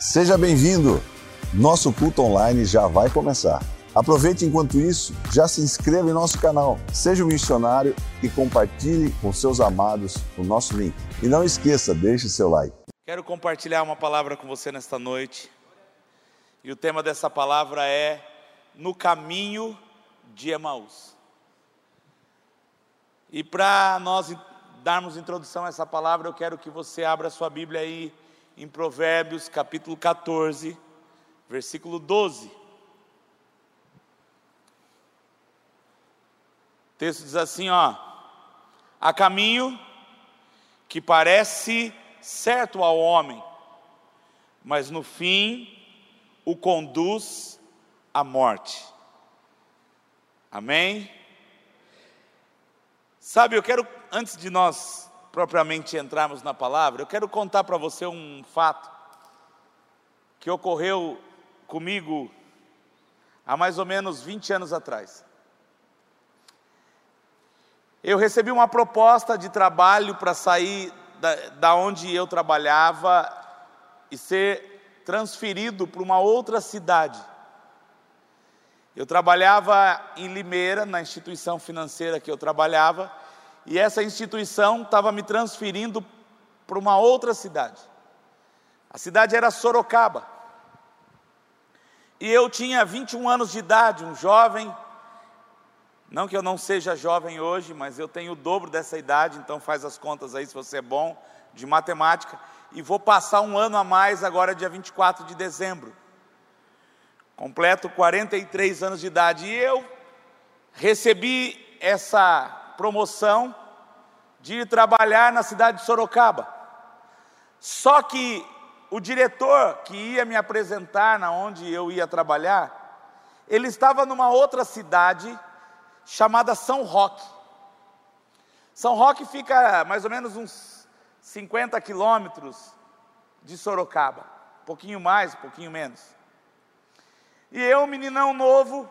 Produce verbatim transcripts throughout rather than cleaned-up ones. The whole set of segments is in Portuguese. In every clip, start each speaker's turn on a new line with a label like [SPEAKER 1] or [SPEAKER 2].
[SPEAKER 1] Seja bem-vindo! Nosso culto online já vai começar. Aproveite enquanto isso, já se inscreva em nosso canal, seja um missionário e compartilhe com seus amados o nosso link. E não esqueça, deixe seu like.
[SPEAKER 2] Quero compartilhar uma palavra com você nesta noite. E o tema dessa palavra é No Caminho de Emaús. E para nós darmos introdução a essa palavra, eu quero que você abra sua Bíblia aí em Provérbios, capítulo quatorze, versículo doze. O texto diz assim, ó: há caminho que parece certo ao homem, mas no fim o conduz à morte. Amém? Sabe, eu quero, antes de nós propriamente entrarmos na palavra, eu quero contar para você um fato que ocorreu comigo há mais ou menos vinte anos atrás. Eu recebi uma proposta de trabalho para sair da, da onde eu trabalhava e ser transferido para uma outra cidade. Eu trabalhava em Limeira, na instituição financeira que eu trabalhava, e essa instituição estava me transferindo para uma outra cidade. A cidade era Sorocaba. E eu tinha vinte e um anos de idade, um jovem. Não que eu não seja jovem hoje, mas eu tenho o dobro dessa idade, então faz as contas aí se você é bom de matemática. E vou passar um ano a mais agora, dia vinte e quatro de dezembro. Completo quarenta e três anos de idade. E eu recebi essa promoção de ir trabalhar na cidade de Sorocaba. Só que o diretor que ia me apresentar na onde eu ia trabalhar, ele estava numa outra cidade chamada São Roque. São Roque fica mais ou menos uns cinquenta quilômetros de Sorocaba, um pouquinho mais, um pouquinho menos. E eu, meninão novo,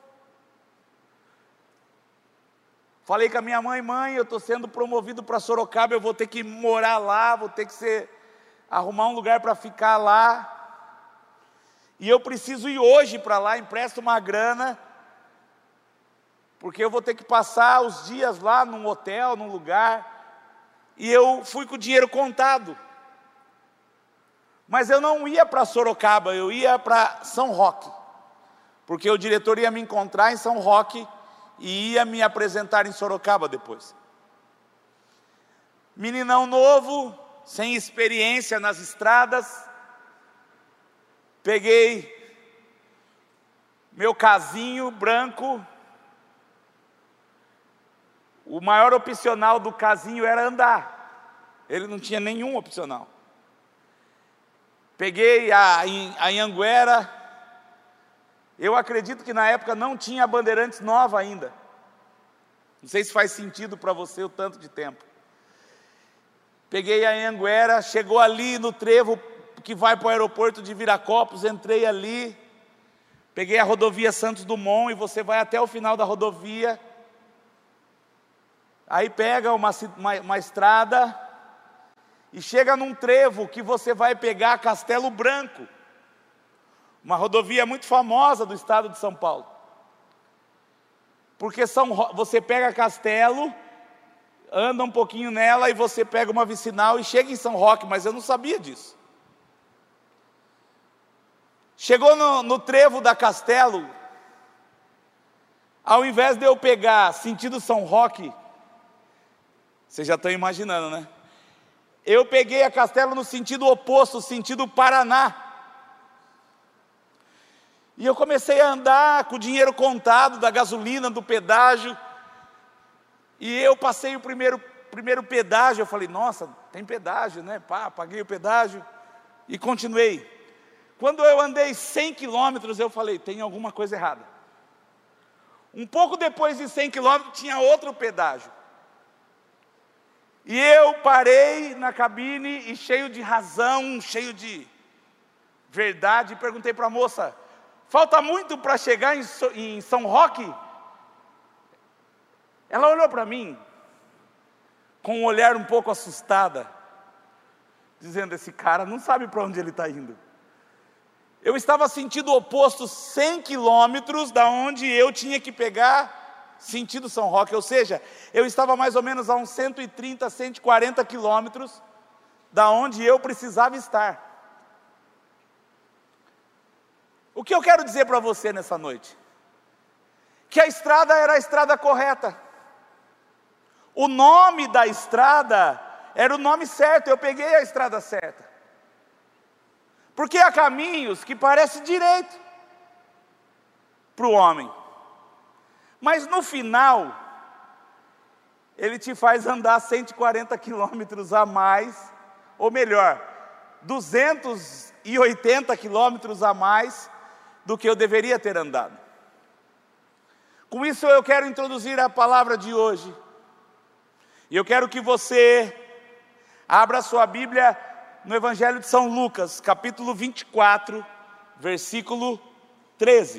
[SPEAKER 2] falei com a minha mãe: mãe, eu estou sendo promovido para Sorocaba, eu vou ter que morar lá, vou ter que ser, arrumar um lugar para ficar lá, e eu preciso ir hoje para lá, empresta uma grana, porque eu vou ter que passar os dias lá num hotel, num lugar, e eu fui com o dinheiro contado. Mas eu não ia para Sorocaba, eu ia para São Roque, porque o diretor ia me encontrar em São Roque e ia me apresentar em Sorocaba depois. Meninão novo, sem experiência nas estradas, peguei meu casinho branco. O maior opcional do casinho era andar, ele não tinha nenhum opcional. Peguei a, a Anhanguera. Eu acredito que na época não tinha a Bandeirantes nova ainda. Não sei se faz sentido para você o tanto de tempo. Peguei a Anhanguera, chegou ali no trevo que vai para o aeroporto de Viracopos, entrei ali, peguei a rodovia Santos Dumont e você vai até o final da rodovia. Aí pega uma, uma, uma estrada e chega num trevo que você vai pegar Castelo Branco, uma rodovia muito famosa do estado de São Paulo. Porque São, você pega Castelo, anda um pouquinho nela e você pega uma vicinal e chega em São Roque, mas eu não sabia disso. Chegou no, no trevo da Castelo, ao invés de eu pegar sentido São Roque, vocês já estão imaginando, né? Eu peguei a Castelo no sentido oposto, sentido Paraná. E eu comecei a andar com o dinheiro contado da gasolina, do pedágio. E eu passei o primeiro, primeiro pedágio, eu falei: nossa, tem pedágio, né? Pá, paguei o pedágio e continuei. Quando eu andei cem quilômetros, eu falei: tem alguma coisa errada. Um pouco depois de cem quilômetros, tinha outro pedágio. E eu parei na cabine e cheio de razão, cheio de verdade, perguntei para a moça: falta muito para chegar em, so, em São Roque? Ela olhou para mim com um olhar um pouco assustada, dizendo: esse cara não sabe para onde ele está indo. Eu estava sentido oposto cem quilômetros da onde eu tinha que pegar sentido São Roque, ou seja, eu estava mais ou menos a uns cento e trinta, cento e quarenta quilômetros da onde eu precisava estar. O que eu quero dizer para você nessa noite? Que a estrada era a estrada correta. O nome da estrada era o nome certo, eu peguei a estrada certa. Porque há caminhos que parecem direito para o homem, mas no final, ele te faz andar cento e quarenta quilômetros a mais, ou melhor, duzentos e oitenta quilômetros a mais do que eu deveria ter andado. Com isso eu quero introduzir a palavra de hoje, e eu quero que você abra sua Bíblia no Evangelho de São Lucas, capítulo vinte e quatro, versículo treze.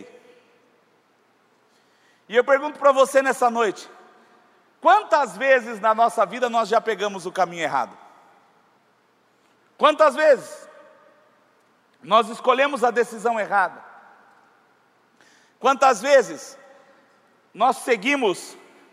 [SPEAKER 2] E eu pergunto para você nessa noite, quantas vezes na nossa vida nós já pegamos o caminho errado? Quantas vezes nós escolhemos a decisão errada? Quantas vezes nós seguimos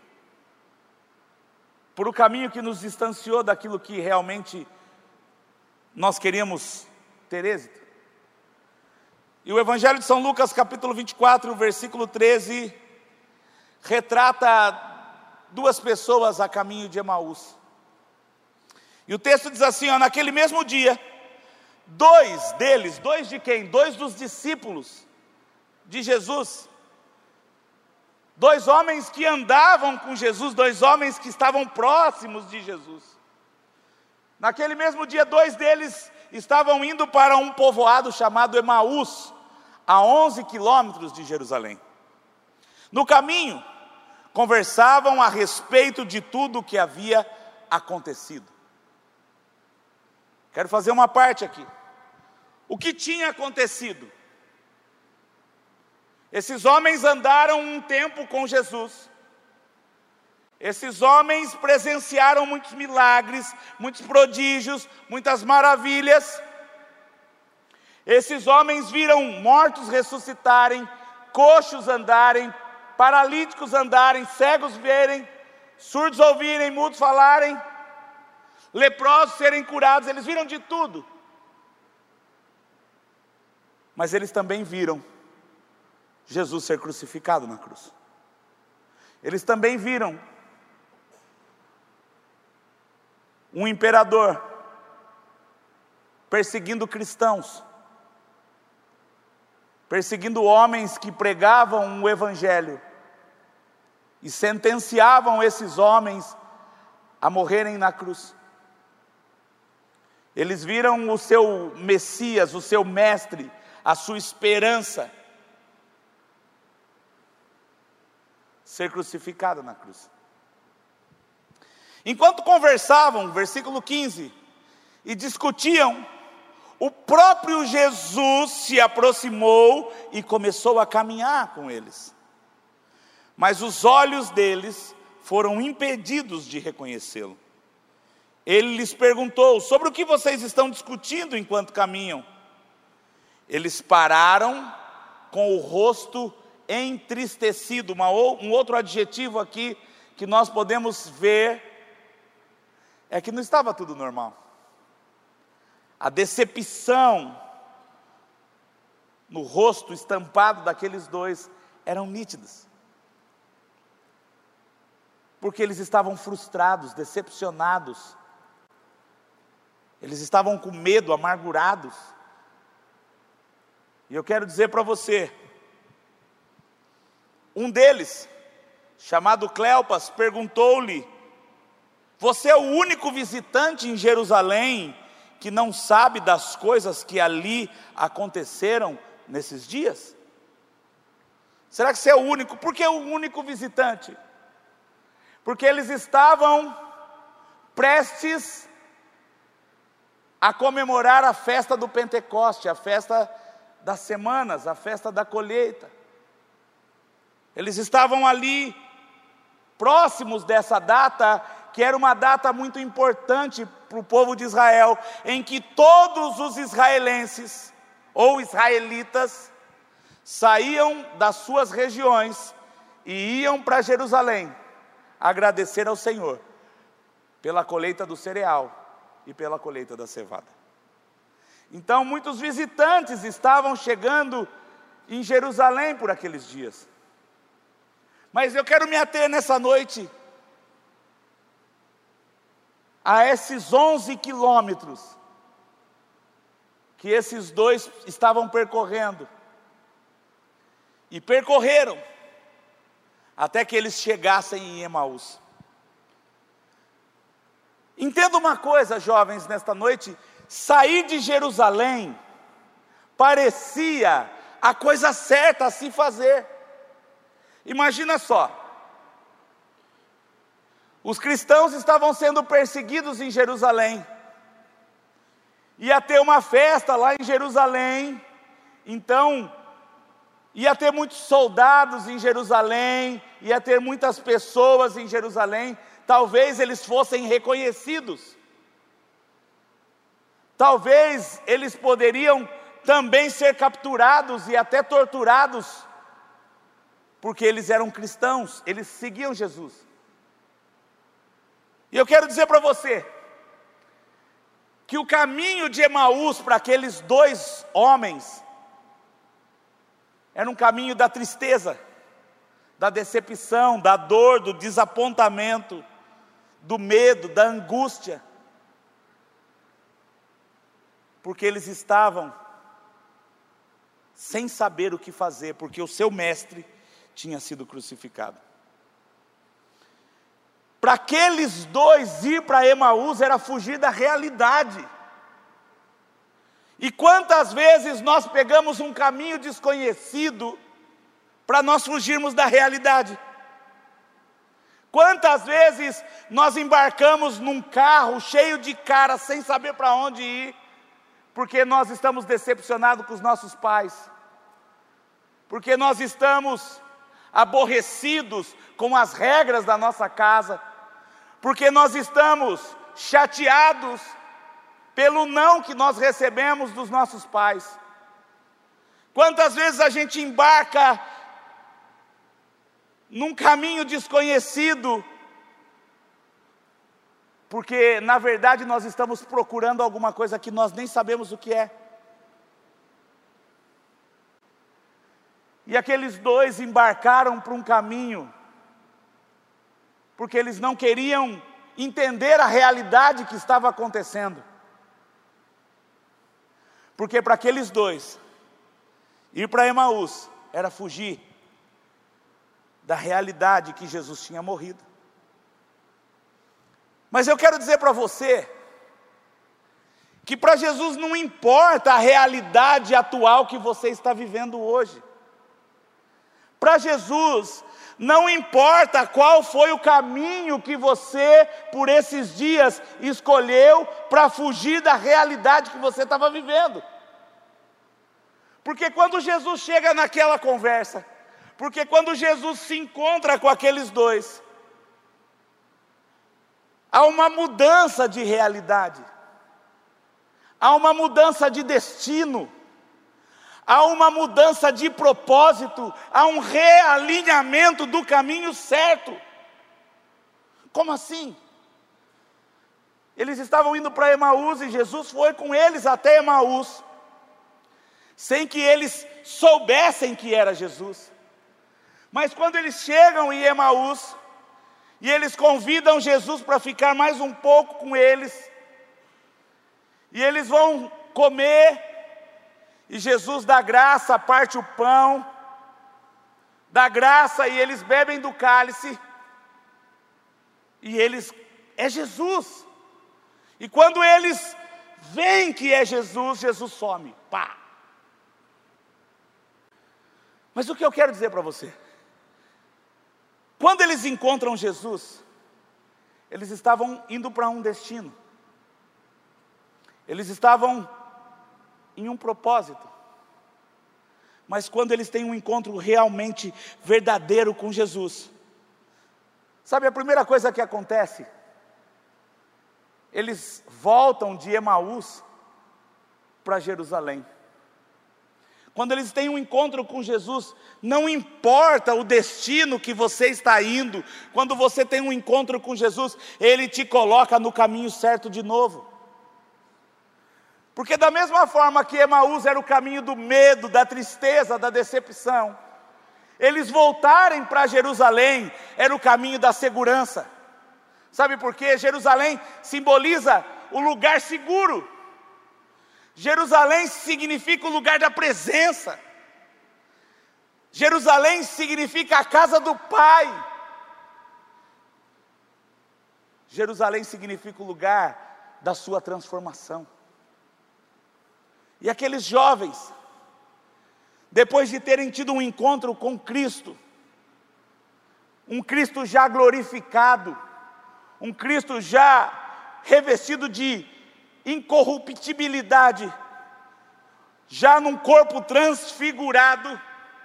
[SPEAKER 2] por o caminho que nos distanciou daquilo que realmente nós queríamos ter êxito? E o Evangelho de São Lucas, capítulo vinte e quatro, versículo treze, retrata duas pessoas a caminho de Emaús. E o texto diz assim, ó, naquele mesmo dia, dois deles, dois de quem? Dois dos discípulos de Jesus, dois homens que andavam com Jesus, dois homens que estavam próximos de Jesus. Naquele mesmo dia, dois deles estavam indo para um povoado chamado Emaús, a onze quilômetros de Jerusalém. No caminho, conversavam a respeito de tudo o que havia acontecido. Quero fazer uma parte aqui. O que tinha acontecido? Esses homens andaram um tempo com Jesus. Esses homens presenciaram muitos milagres, muitos prodígios, muitas maravilhas. Esses homens viram mortos ressuscitarem, coxos andarem, paralíticos andarem, cegos verem, surdos ouvirem, mudos falarem, leprosos serem curados. Eles viram de tudo. Mas eles também viram Jesus ser crucificado na cruz. Eles também viram um imperador perseguindo cristãos, perseguindo homens que pregavam o Evangelho e sentenciavam esses homens a morrerem na cruz. Eles viram o seu Messias, o seu mestre, a sua esperança, ser crucificado na cruz. Enquanto conversavam, versículo quinze, e discutiam, o próprio Jesus se aproximou e começou a caminhar com eles. Mas os olhos deles foram impedidos de reconhecê-lo. Ele lhes perguntou, sobre o que vocês estão discutindo enquanto caminham? Eles pararam com o rosto entristecido. Uma, um outro adjetivo aqui que nós podemos ver é que não estava tudo normal. A decepção no rosto estampado daqueles dois eram nítidas, porque eles estavam frustrados, decepcionados, eles estavam com medo, amargurados. E eu quero dizer para você, um deles, chamado Cleopas, perguntou-lhe, você é o único visitante em Jerusalém que não sabe das coisas que ali aconteceram nesses dias? Será que você é o único? Por que o único visitante? Porque eles estavam prestes a comemorar a festa do Pentecoste, a festa das semanas, a festa da colheita. Eles estavam ali, próximos dessa data, que era uma data muito importante para o povo de Israel, em que todos os israelenses ou israelitas, saíam das suas regiões e iam para Jerusalém agradecer ao Senhor pela colheita do cereal e pela colheita da cevada. Então muitos visitantes estavam chegando em Jerusalém por aqueles dias. Mas eu quero me ater nessa noite a esses onze quilômetros que esses dois estavam percorrendo. E percorreram até que eles chegassem em Emaús. Entenda uma coisa, jovens, nesta noite: sair de Jerusalém parecia a coisa certa a se fazer. Imagina só, os cristãos estavam sendo perseguidos em Jerusalém, ia ter uma festa lá em Jerusalém, então ia ter muitos soldados em Jerusalém, ia ter muitas pessoas em Jerusalém, talvez eles fossem reconhecidos, talvez eles poderiam também ser capturados e até torturados, porque eles eram cristãos, eles seguiam Jesus. E eu quero dizer para você, que o caminho de Emaús para aqueles dois homens, era um caminho da tristeza, da decepção, da dor, do desapontamento, do medo, da angústia, porque eles estavam sem saber o que fazer, porque o seu mestre tinha sido crucificado. Para aqueles dois ir para Emaús era fugir da realidade. E quantas vezes nós pegamos um caminho desconhecido para nós fugirmos da realidade? Quantas vezes nós embarcamos num carro cheio de caras sem saber para onde ir, porque nós estamos decepcionados com os nossos pais, porque nós estamos aborrecidos com as regras da nossa casa, porque nós estamos chateados pelo não que nós recebemos dos nossos pais. Quantas vezes a gente embarca num caminho desconhecido, porque na verdade nós estamos procurando alguma coisa que nós nem sabemos o que é. E aqueles dois embarcaram para um caminho, porque eles não queriam entender a realidade que estava acontecendo. Porque para aqueles dois, ir para Emaús era fugir da realidade que Jesus tinha morrido. Mas eu quero dizer para você, que para Jesus não importa a realidade atual que você está vivendo hoje. Para Jesus, não importa qual foi o caminho que você, por esses dias, escolheu para fugir da realidade que você estava vivendo. Porque quando Jesus chega naquela conversa, porque quando Jesus se encontra com aqueles dois, há uma mudança de realidade, há uma mudança de destino, há uma mudança de propósito, há um realinhamento do caminho certo. Como assim? Eles estavam indo para Emaús e Jesus foi com eles até Emaús, sem que eles soubessem que era Jesus. Mas quando eles chegam em Emaús, e eles convidam Jesus para ficar mais um pouco com eles, e eles vão comer, e Jesus dá graça, parte o pão, dá graça e eles bebem do cálice, e eles, é Jesus, e quando eles veem que é Jesus, Jesus some, pá. Mas o que eu quero dizer para você? Quando eles encontram Jesus, eles estavam indo para um destino, eles estavam em um propósito, mas quando eles têm um encontro realmente verdadeiro com Jesus, sabe a primeira coisa que acontece? Eles voltam de Emaús para Jerusalém. Quando eles têm um encontro com Jesus, não importa o destino que você está indo, quando você tem um encontro com Jesus, Ele te coloca no caminho certo de novo. Porque da mesma forma que Emaús era o caminho do medo, da tristeza, da decepção, eles voltarem para Jerusalém era o caminho da segurança. Sabe por quê? Jerusalém simboliza o lugar seguro. Jerusalém significa o lugar da presença. Jerusalém significa a casa do Pai. Jerusalém significa o lugar da sua transformação. E aqueles jovens, depois de terem tido um encontro com Cristo, um Cristo já glorificado, um Cristo já revestido de incorruptibilidade, já num corpo transfigurado,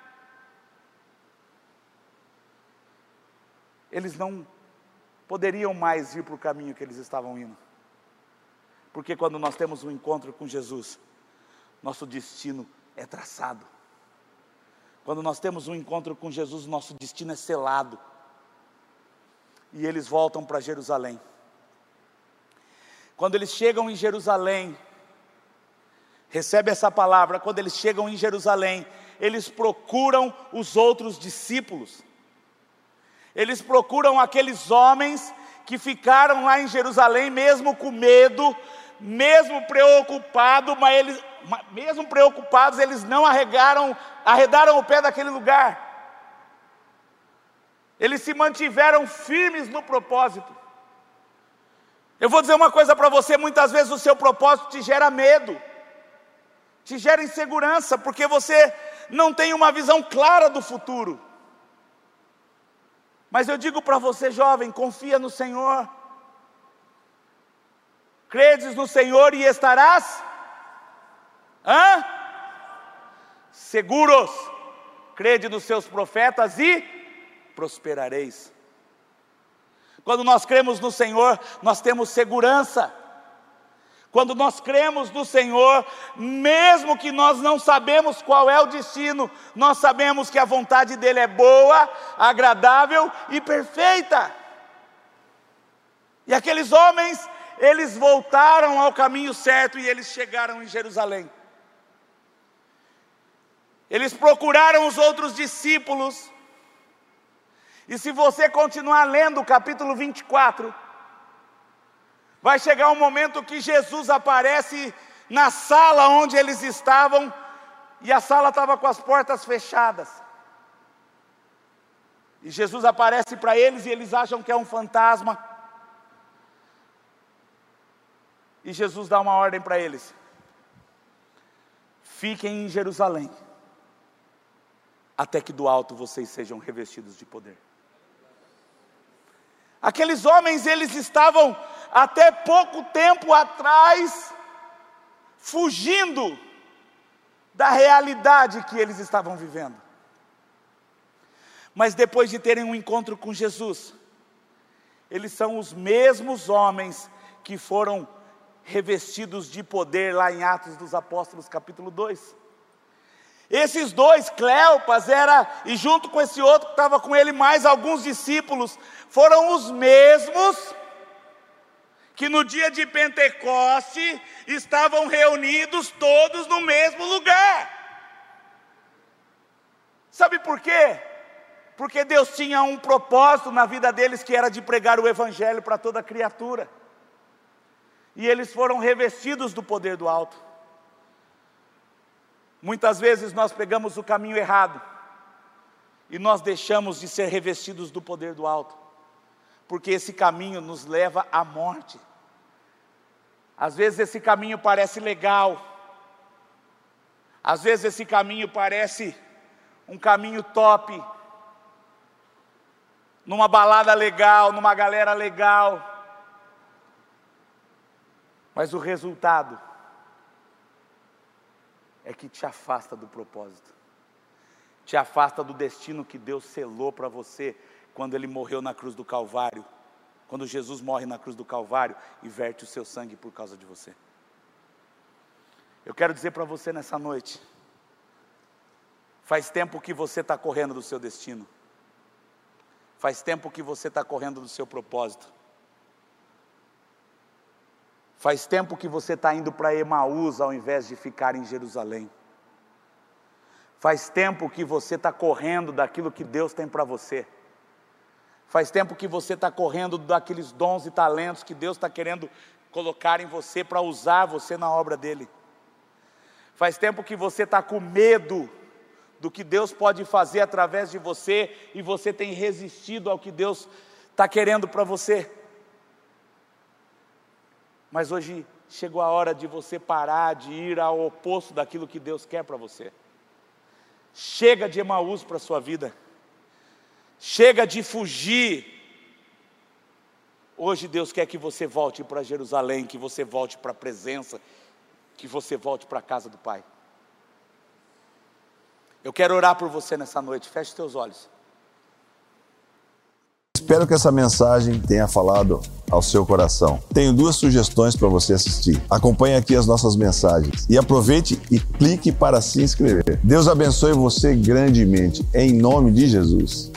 [SPEAKER 2] eles não poderiam mais ir para o caminho que eles estavam indo, porque quando nós temos um encontro com Jesus, nosso destino é traçado. Quando nós temos um encontro com Jesus, nosso destino é selado. E eles voltam para Jerusalém. Quando eles chegam em Jerusalém, recebe essa palavra, quando eles chegam em Jerusalém, eles procuram os outros discípulos. Eles procuram aqueles homens que ficaram lá em Jerusalém, mesmo com medo, mesmo preocupados, mas eles, mesmo preocupados, eles não arregaram, arredaram o pé daquele lugar. Eles se mantiveram firmes no propósito. Eu vou dizer uma coisa para você, muitas vezes o seu propósito te gera medo, te gera insegurança, porque você não tem uma visão clara do futuro. Mas eu digo para você, jovem, confia no Senhor. Credes no Senhor e estarás hã? seguros. Crede nos seus profetas e prosperareis. Quando nós cremos no Senhor, nós temos segurança. Quando nós cremos no Senhor, mesmo que nós não sabemos qual é o destino, nós sabemos que a vontade dEle é boa, agradável e perfeita. E aqueles homens, eles voltaram ao caminho certo e eles chegaram em Jerusalém. Eles procuraram os outros discípulos. E se você continuar lendo o capítulo vinte e quatro, vai chegar um momento que Jesus aparece na sala onde eles estavam, e a sala estava com as portas fechadas. E Jesus aparece para eles e eles acham que é um fantasma. E Jesus dá uma ordem para eles: fiquem em Jerusalém, até que do alto vocês sejam revestidos de poder. Aqueles homens, eles estavam até pouco tempo atrás fugindo da realidade que eles estavam vivendo. Mas depois de terem um encontro com Jesus, eles são os mesmos homens que foram revestidos de poder lá em Atos dos Apóstolos capítulo dois. Esses dois, Cleopas era, e junto com esse outro que estava com ele, mais alguns discípulos, foram os mesmos que no dia de Pentecoste estavam reunidos todos no mesmo lugar. Sabe por quê? Porque Deus tinha um propósito na vida deles, que era de pregar o Evangelho para toda criatura. E eles foram revestidos do poder do alto. Muitas vezes nós pegamos o caminho errado e nós deixamos de ser revestidos do poder do alto, porque esse caminho nos leva à morte. Às vezes esse caminho parece legal, às vezes esse caminho parece um caminho top, numa balada legal, numa galera legal, mas o resultado é que te afasta do propósito, te afasta do destino que Deus selou para você quando Ele morreu na cruz do Calvário, quando Jesus morre na cruz do Calvário e verte o seu sangue por causa de você. Eu quero dizer para você nessa noite, Faz tempo que você está correndo do seu destino. Faz tempo que você está correndo do seu propósito. Faz tempo que você está indo para Emaús ao invés de ficar em Jerusalém. Faz tempo que você está correndo daquilo que Deus tem para você. Faz tempo que você está correndo daqueles dons e talentos que Deus está querendo colocar em você para usar você na obra dEle. Faz tempo que você está com medo do que Deus pode fazer através de você e você tem resistido ao que Deus está querendo para você. Mas hoje chegou a hora de você parar de ir ao oposto daquilo que Deus quer para você. Chega de Emaús para a sua vida. Chega de fugir. Hoje Deus quer que você volte para Jerusalém, que você volte para a presença, que você volte para a casa do Pai. Eu quero orar por você nessa noite. Feche seus olhos.
[SPEAKER 1] Espero que essa mensagem tenha falado ao seu coração. Tenho duas sugestões para você assistir. Acompanhe aqui as nossas mensagens e aproveite e clique para se inscrever. Deus abençoe você grandemente, em nome de Jesus.